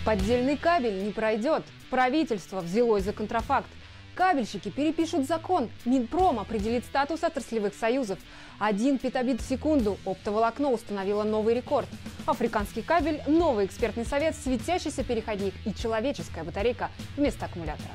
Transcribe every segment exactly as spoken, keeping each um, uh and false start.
Поддельный кабель не пройдет. Правительство взялось за контрафакт. Кабельщики перепишут закон. Минпром определит статус отраслевых союзов. Один петабит в секунду. Оптоволокно установило новый рекорд. Африканский кабель, новый экспертный совет, светящийся переходник и человеческая батарейка вместо аккумулятора.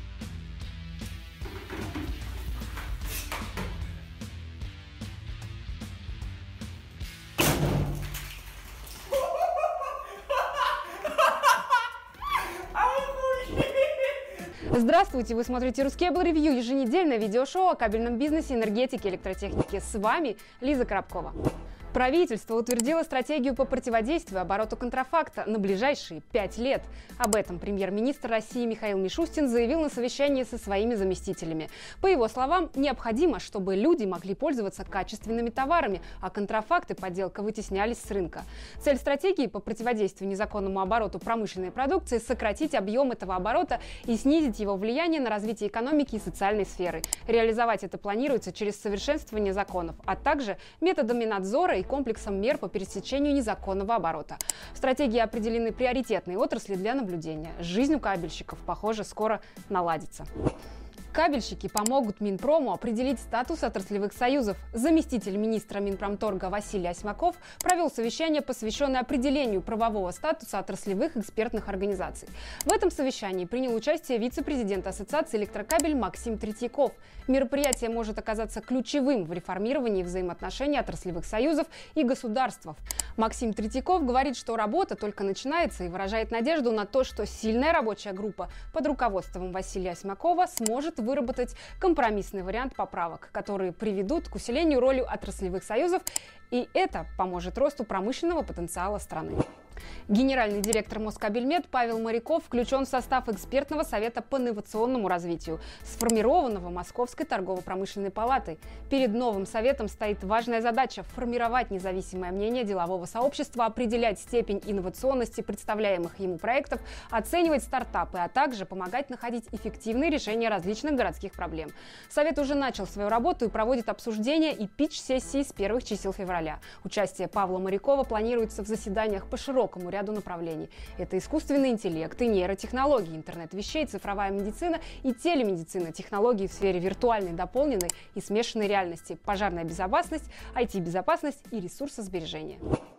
Здравствуйте! Вы смотрите Ruscable Review, еженедельное видеошоу о кабельном бизнесе, энергетике, электротехнике. С вами Лиза Коробкова. Правительство утвердило стратегию по противодействию обороту контрафакта на ближайшие пять лет. Об этом премьер-министр России Михаил Мишустин заявил на совещании со своими заместителями. По его словам, необходимо, чтобы люди могли пользоваться качественными товарами, а контрафакт и подделка вытеснялись с рынка. Цель стратегии по противодействию незаконному обороту промышленной продукции – сократить объем этого оборота и снизить его влияние на развитие экономики и социальной сферы. Реализовать это планируется через совершенствование законов, а также методами надзора и комплексом мер по пересечению незаконного оборота. В стратегии определены приоритетные отрасли для наблюдения. Жизнь у кабельщиков, похоже, скоро наладится. Кабельщики помогут Минпрому определить статус отраслевых союзов. Заместитель министра Минпромторга Василий Осьмаков провел совещание, посвященное определению правового статуса отраслевых экспертных организаций. В этом совещании принял участие вице-президент Ассоциации электрокабель Максим Третьяков. Мероприятие может оказаться ключевым в реформировании взаимоотношений отраслевых союзов и государств. Максим Третьяков говорит, что работа только начинается и выражает надежду на то, что сильная рабочая группа под руководством Василия Осьмакова сможет выработать компромиссный вариант поправок, которые приведут к усилению роли отраслевых союзов, и это поможет росту промышленного потенциала страны. Генеральный директор Москабельмет Павел Моряков включен в состав экспертного совета по инновационному развитию, сформированного Московской торгово-промышленной палатой. Перед новым советом стоит важная задача – формировать независимое мнение делового сообщества, определять степень инновационности представляемых ему проектов, оценивать стартапы, а также помогать находить эффективные решения различных городских проблем. Совет уже начал свою работу и проводит обсуждения и питч-сессии с первых чисел февраля. Участие Павла Морякова планируется в заседаниях по широкому ряду направлений. Это искусственный интеллект и нейротехнологии, интернет вещей, цифровая медицина и телемедицина, технологии в сфере виртуальной, дополненной и смешанной реальности, пожарная безопасность, ай ти-безопасность и ресурсосбережение.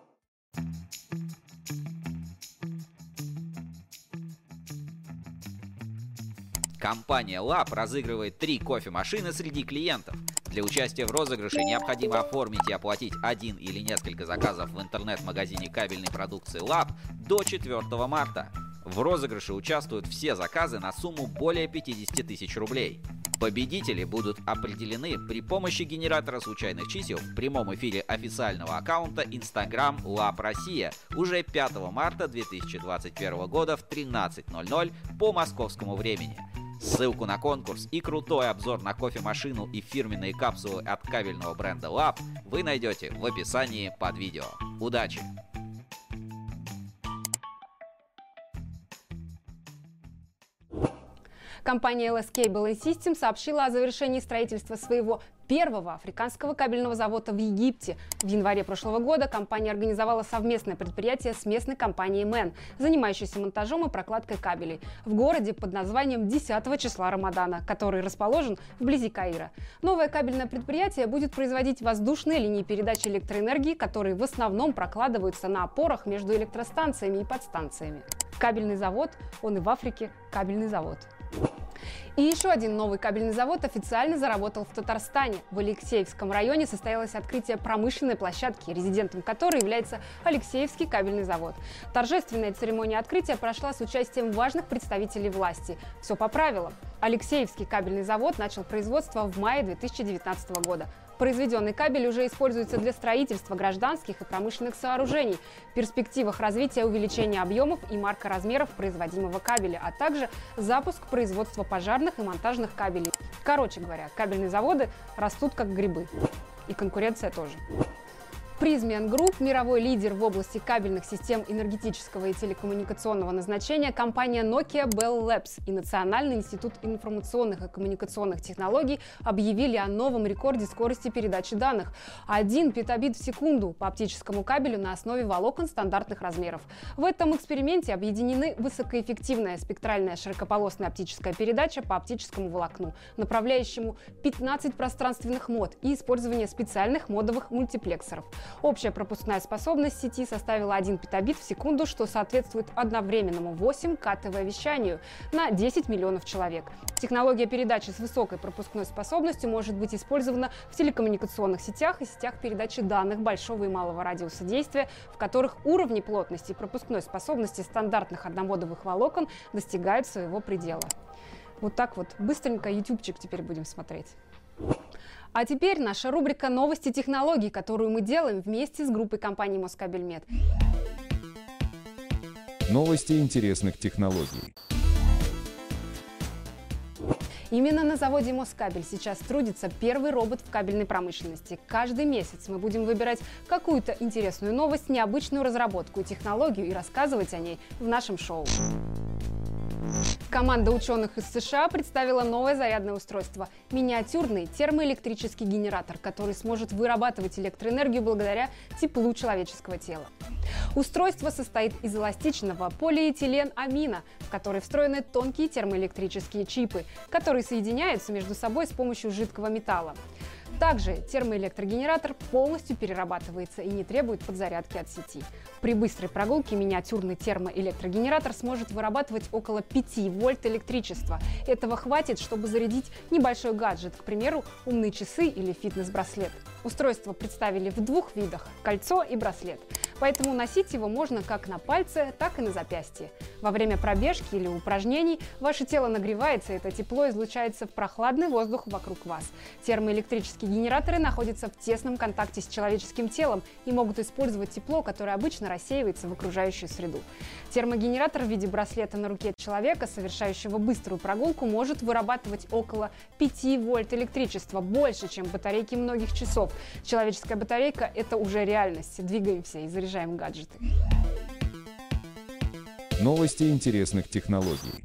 Компания Lab разыгрывает три кофемашины среди клиентов. Для участия в розыгрыше необходимо оформить и оплатить один или несколько заказов в интернет-магазине кабельной продукции Lab до четвёртого марта. В розыгрыше участвуют все заказы на сумму более пятидесяти тысяч рублей. Победители будут определены при помощи генератора случайных чисел в прямом эфире официального аккаунта Instagram Lab Россия уже пятого марта две тысячи двадцать первого года в тринадцать ноль ноль по московскому времени. Ссылку на конкурс и крутой обзор на кофемашину и фирменные капсулы от кабельного бренда Lab вы найдете в описании под видео. Удачи! Компания эл эс Cable энд Systems сообщила о завершении строительства своего первого африканского кабельного завода в Египте. В январе прошлого года компания организовала совместное предприятие с местной компанией Мэн, занимающейся монтажом и прокладкой кабелей, в городе под названием десятого числа Рамадана, который расположен вблизи Каира. Новое кабельное предприятие будет производить воздушные линии передачи электроэнергии, которые в основном прокладываются на опорах между электростанциями и подстанциями. Кабельный завод, он и в Африке кабельный завод. И еще один новый кабельный завод официально заработал в Татарстане. В Алексеевском районе состоялось открытие промышленной площадки, резидентом которой является Алексеевский кабельный завод. Торжественная церемония открытия прошла с участием важных представителей власти. Все по правилам. Алексеевский кабельный завод начал производство в мае две тысячи девятнадцатого года. Произведенный кабель уже используется для строительства гражданских и промышленных сооружений. В перспективах развития увеличения объемов и марка размеров производимого кабеля, а также запуск производства пожарных и монтажных кабелей. Короче говоря, кабельные заводы растут как грибы. И конкуренция тоже. Prysmian Group – мировой лидер в области кабельных систем энергетического и телекоммуникационного назначения, компания Nokia Bell Labs и Национальный институт информационных и коммуникационных технологий объявили о новом рекорде скорости передачи данных – один петабит в секунду по оптическому кабелю на основе волокон стандартных размеров. В этом эксперименте объединены высокоэффективная спектральная широкополосная оптическая передача по оптическому волокну, направляющему пятнадцать пространственных мод и использование специальных модовых мультиплексоров. Общая пропускная способность сети составила один петабит в секунду, что соответствует одновременному восемь ка тэ вэ-вещанию на десять миллионов человек. Технология передачи с высокой пропускной способностью может быть использована в телекоммуникационных сетях и сетях передачи данных большого и малого радиуса действия, в которых уровни плотности и пропускной способности стандартных одномодовых волокон достигают своего предела. Вот так вот быстренько ютубчик теперь будем смотреть. А теперь наша рубрика «Новости технологий», которую мы делаем вместе с группой компании Москабельмет. Новости интересных технологий. Именно на заводе Москабель сейчас трудится первый робот в кабельной промышленности. Каждый месяц мы будем выбирать какую-то интересную новость, необычную разработку и технологию и рассказывать о ней в нашем шоу. Команда ученых из США представила новое зарядное устройство – миниатюрный термоэлектрический генератор, который сможет вырабатывать электроэнергию благодаря теплу человеческого тела. Устройство состоит из эластичного полиэтиленамина, в который встроены тонкие термоэлектрические чипы, которые соединяются между собой с помощью жидкого металла. Также термоэлектрогенератор полностью перерабатывается и не требует подзарядки от сети. При быстрой прогулке миниатюрный термоэлектрогенератор сможет вырабатывать около пяти вольт электричества. Этого хватит, чтобы зарядить небольшой гаджет, к примеру, умные часы или фитнес-браслет. Устройство представили в двух видах – кольцо и браслет. Поэтому носить его можно как на пальце, так и на запястье. Во время пробежки или упражнений ваше тело нагревается, и это тепло излучается в прохладный воздух вокруг вас. Термоэлектрические генераторы находятся в тесном контакте с человеческим телом и могут использовать тепло, которое обычно рассеивается в окружающую среду. Термогенератор в виде браслета на руке человека, совершающего быструю прогулку, может вырабатывать около пяти вольт электричества, больше, чем батарейки многих часов. Человеческая батарейка – это уже реальность. Двигаемся и заряжаем гаджеты. Новости интересных технологий.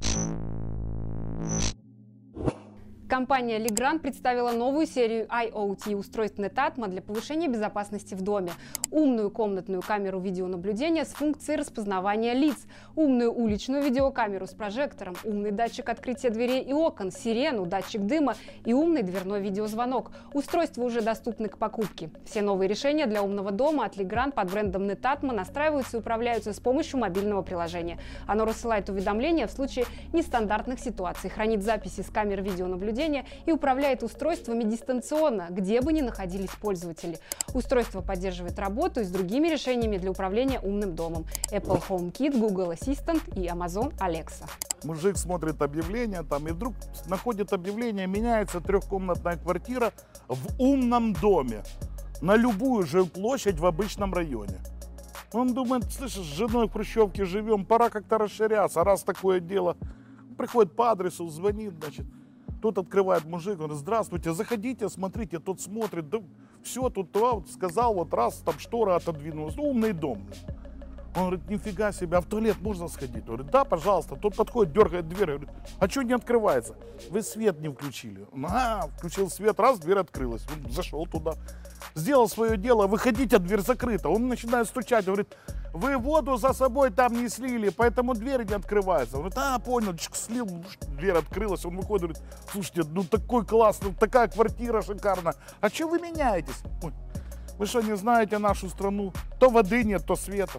Компания Legrand представила новую серию ай о ти устройств Netatmo для повышения безопасности в доме. Умную комнатную камеру видеонаблюдения с функцией распознавания лиц, умную уличную видеокамеру с прожектором, умный датчик открытия дверей и окон, сирену, датчик дыма и умный дверной видеозвонок. Устройства уже доступны к покупке. Все новые решения для умного дома от Legrand под брендом Netatmo настраиваются и управляются с помощью мобильного приложения. Оно рассылает уведомления в случае нестандартных ситуаций, хранит записи с камер видеонаблюдения и управляет устройствами дистанционно, где бы ни находились пользователи. Устройство поддерживает работу и с другими решениями для управления умным домом: Apple HomeKit, Google Assistant и Amazon Alexa. Мужик смотрит объявление там и вдруг находит объявление: меняется трехкомнатная квартира в умном доме на любую жилплощадь в обычном районе. Он думает: слышишь, с женой в хрущевке живем, пора как-то расширяться, раз такое дело. Приходит по адресу, звонит, значит. Тут открывает мужик, говорит: здравствуйте, заходите, смотрите. Тот смотрит: да все, тут а, вот, сказал, вот раз, там штора отодвинулась. Умный дом. Он говорит: нифига себе, а в туалет можно сходить? Он говорит: да, пожалуйста. Тот подходит, дергает дверь, говорит: а что не открывается? Вы свет не включили. А, включил свет, раз, дверь открылась. Он зашел туда, сделал свое дело, выходите, дверь закрыта. Он начинает стучать, говорит: вы воду за собой там не слили, поэтому дверь не открывается. Он говорит: а, понял, чик, слил, дверь открылась. Он выходит, говорит: слушайте, ну такой классный, такая квартира шикарная. А что вы меняетесь? Ой, вы что, не знаете нашу страну? То воды нет, то света.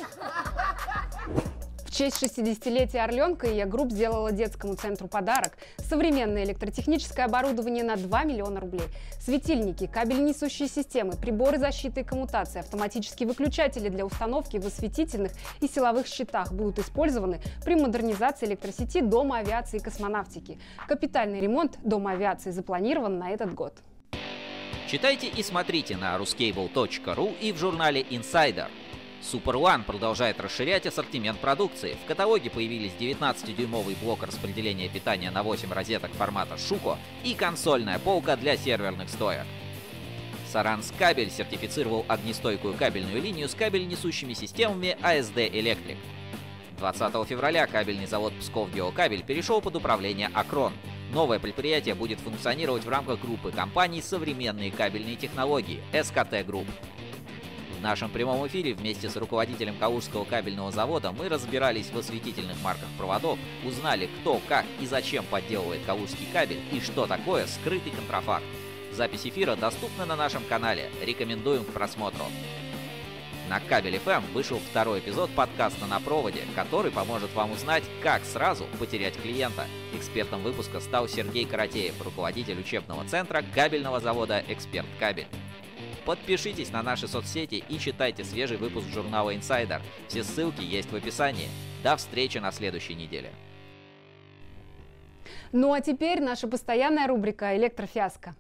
В честь шестидесятилетия Орленка ИА Групп сделала детскому центру подарок – современное электротехническое оборудование на два миллиона рублей. Светильники, кабель-несущие системы, приборы защиты и коммутации, автоматические выключатели для установки в осветительных и силовых щитах будут использованы при модернизации электросети Дома авиации и космонавтики. Капитальный ремонт Дома авиации запланирован на этот год. Читайте и смотрите на ruskable точка ру и в журнале Insider. SuperOne продолжает расширять ассортимент продукции. В каталоге появились девятнадцатидюймовый блок распределения питания на восемь розеток формата Шуко и консольная полка для серверных стоек. Саранскабель сертифицировал огнестойкую кабельную линию с кабель-несущими системами а эс дэ Electric. двадцатого февраля кабельный завод Псков Геокабель перешел под управление Акрон. Новое предприятие будет функционировать в рамках группы компаний «Современные кабельные технологии» эс ка тэ Group. В нашем прямом эфире вместе с руководителем Калужского кабельного завода мы разбирались в осветительных марках проводов, узнали, кто, как и зачем подделывает калужский кабель и что такое скрытый контрафакт. Запись эфира доступна на нашем канале. Рекомендуем к просмотру. На Кабель эф эм вышел второй эпизод подкаста «На проводе», который поможет вам узнать, как сразу потерять клиента. Экспертом выпуска стал Сергей Каратеев, руководитель учебного центра кабельного завода «Эксперт Кабель». Подпишитесь на наши соцсети и читайте свежий выпуск журнала «Инсайдер». Все ссылки есть в описании. До встречи на следующей неделе. Ну а теперь наша постоянная рубрика «Электрофиаско».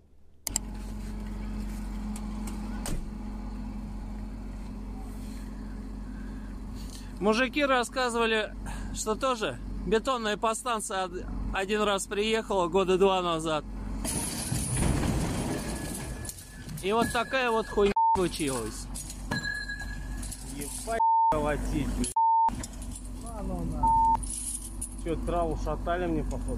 Мужики рассказывали, что тоже бетонная подстанция один раз приехала года два назад. И вот такая вот хуйня случилась. Ебать колотить, блядь. А ну на. Че, траву шатали мне, походу?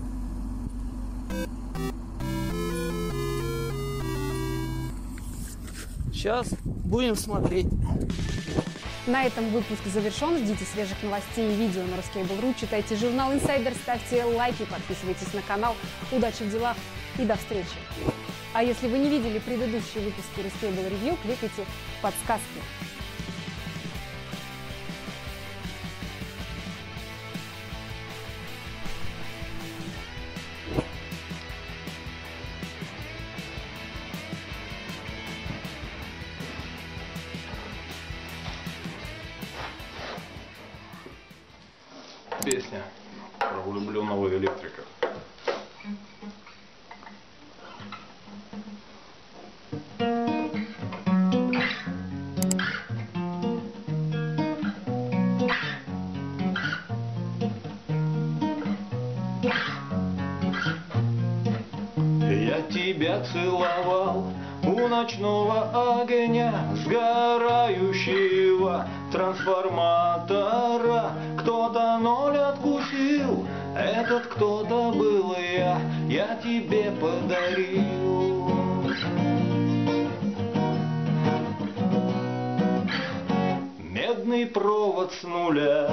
Сейчас будем смотреть. На этом выпуск завершен. Ждите свежих новостей и видео на Ruskable точка ру. Читайте журнал «Инсайдер», ставьте лайки, подписывайтесь на канал. Удачи в делах и до встречи. А если вы не видели предыдущие выпуски Ruskable Review, кликайте в подсказки. Песня про влюбленного электрика. Я тебя целовал у ночного огня, сгорающего трансформатора. Кто-то ноль откусил, этот кто-то был я, я тебе подарил. Медный провод с нуля.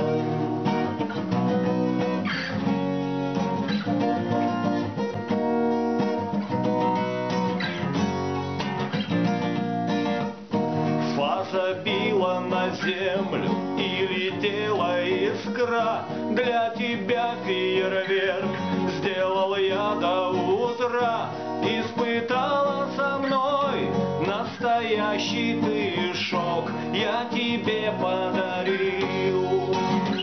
Забила на землю и летела искра. Для тебя фейерверк сделал я до утра. Испытала со мной настоящий ты шок, я тебе подарил.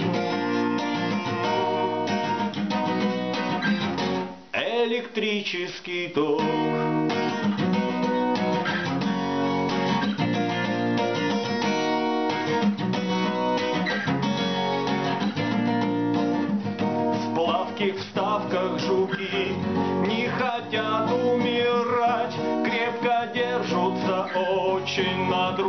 Электрический ток. В вставках жуки не хотят умирать, крепко держатся очень на друг.